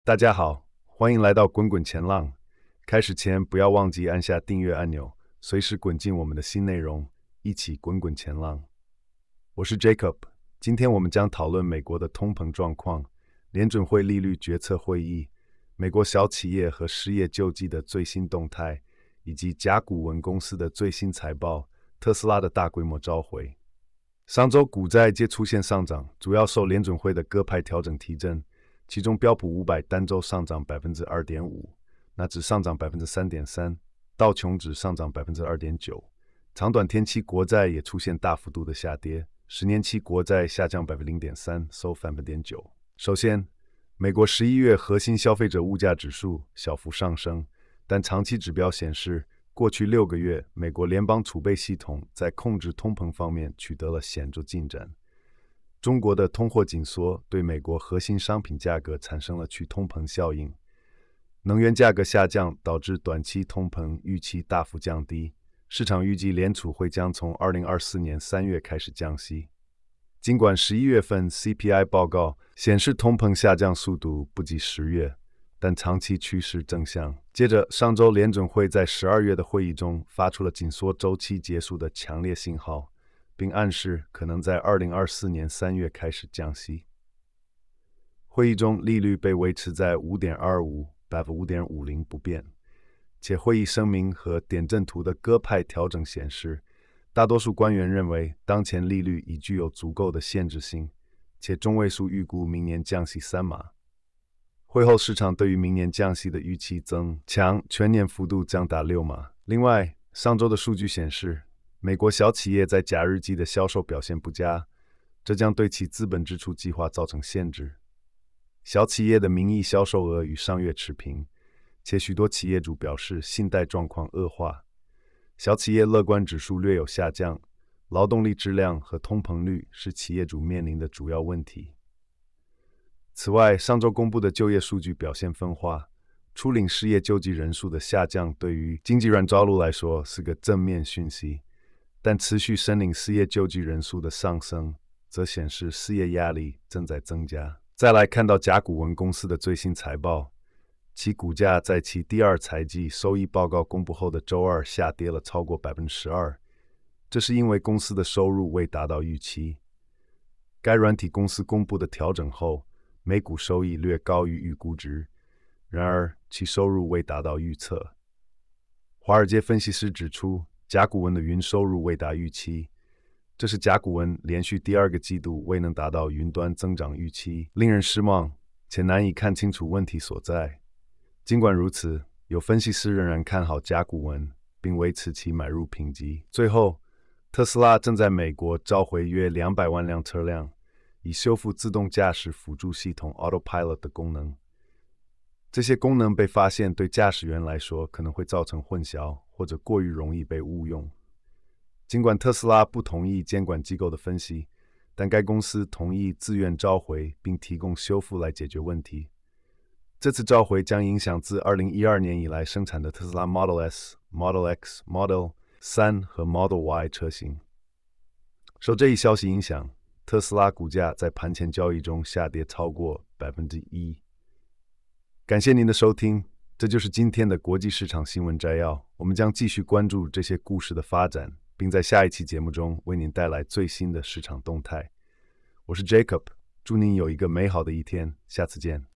大家好，欢迎来到滚滚前浪。开始前不要忘记按下订阅按钮，随时滚进我们的新内容，一起滚滚前浪。我是 Jacob，今天我们将讨论美国的通膨状况、联准会利率决策会议、美国小企业和失业救济的最新动态，以及甲骨文公司的最新财报、特斯拉的大规模召回。上周股债皆出现上涨，主要受联准会的鸽派调整提振。其中标普500单周上涨 2.5%， 纳指上涨 3.3%， 道琼指上涨 2.9%。长短天期国债也出现大幅度的下跌，10年期国债下降 0.3%， 收 0.9%。首先，美国11月核心消费者物价指数小幅上升，但长期指标显示，过去6个月，美国联邦储备系统在控制通膨方面取得了显著进展。中国的通货紧缩对美国核心商品价格产生了去通膨效应，能源价格下降导致短期通膨预期大幅降低，市场预计联储会将从2024年3月开始降息。尽管11月份 CPI 报告显示通膨下降速度不及10月，但长期趋势正向。接着，上周联准会在12月的会议中发出了紧缩周期结束的强烈信号，并暗示可能在2024年3月开始降息。会议中利率被维持在 5.25% 5.50% 不变，且会议声明和点阵图的鸽派调整显示，大多数官员认为当前利率已具有足够的限制性，且中位数预估明年降息3码。会后市场对于明年降息的预期增强，全年幅度将达6码。另外，上周的数据显示，美国小企业在假日季的销售表现不佳，这将对其资本支出计划造成限制。小企业的名义销售额与上月持平，且许多企业主表示信贷状况恶化。小企业乐观指数略有下降，劳动力质量和通膨率是企业主面临的主要问题。此外，上周公布的就业数据表现分化，初领失业救济人数的下降对于经济软着陆来说是个正面讯息，但持续申领失业救济人数的上升则显示失业压力正在增加。再来看到甲骨文公司的最新财报，其股价在其第二财季收益报告公布后的周二下跌了超过 12%， 这是因为公司的收入未达到预期。该软体公司公布的调整后，每股收益略高于预估值，然而其收入未达到预测。华尔街分析师指出，甲骨文的云收入未达预期，这是甲骨文连续第2个季度未能达到云端增长预期，令人失望，且难以看清楚问题所在。尽管如此，有分析师仍然看好甲骨文，并维持其买入评级。最后，特斯拉正在美国召回约200万辆车辆，以修复自动驾驶辅助系统 Autopilot 的功能。这些功能被发现对驾驶员来说可能会造成混淆，或者过于容易被误用。尽管特斯拉不同意监管机构的分析，但该公司同意自愿召回并提供修复来解决问题。这次召回将影响自2012年以来生产的特斯拉 Model S、Model X、Model 3和 Model Y 车型。受这一消息影响，特斯拉股价在盘前交易中下跌超过 1%。感谢您的收听，这就是今天的国际市场新闻摘要。我们将继续关注这些故事的发展，并在下一期节目中为您带来最新的市场动态。我是 Jacob， 祝您有一个美好的一天，下次见。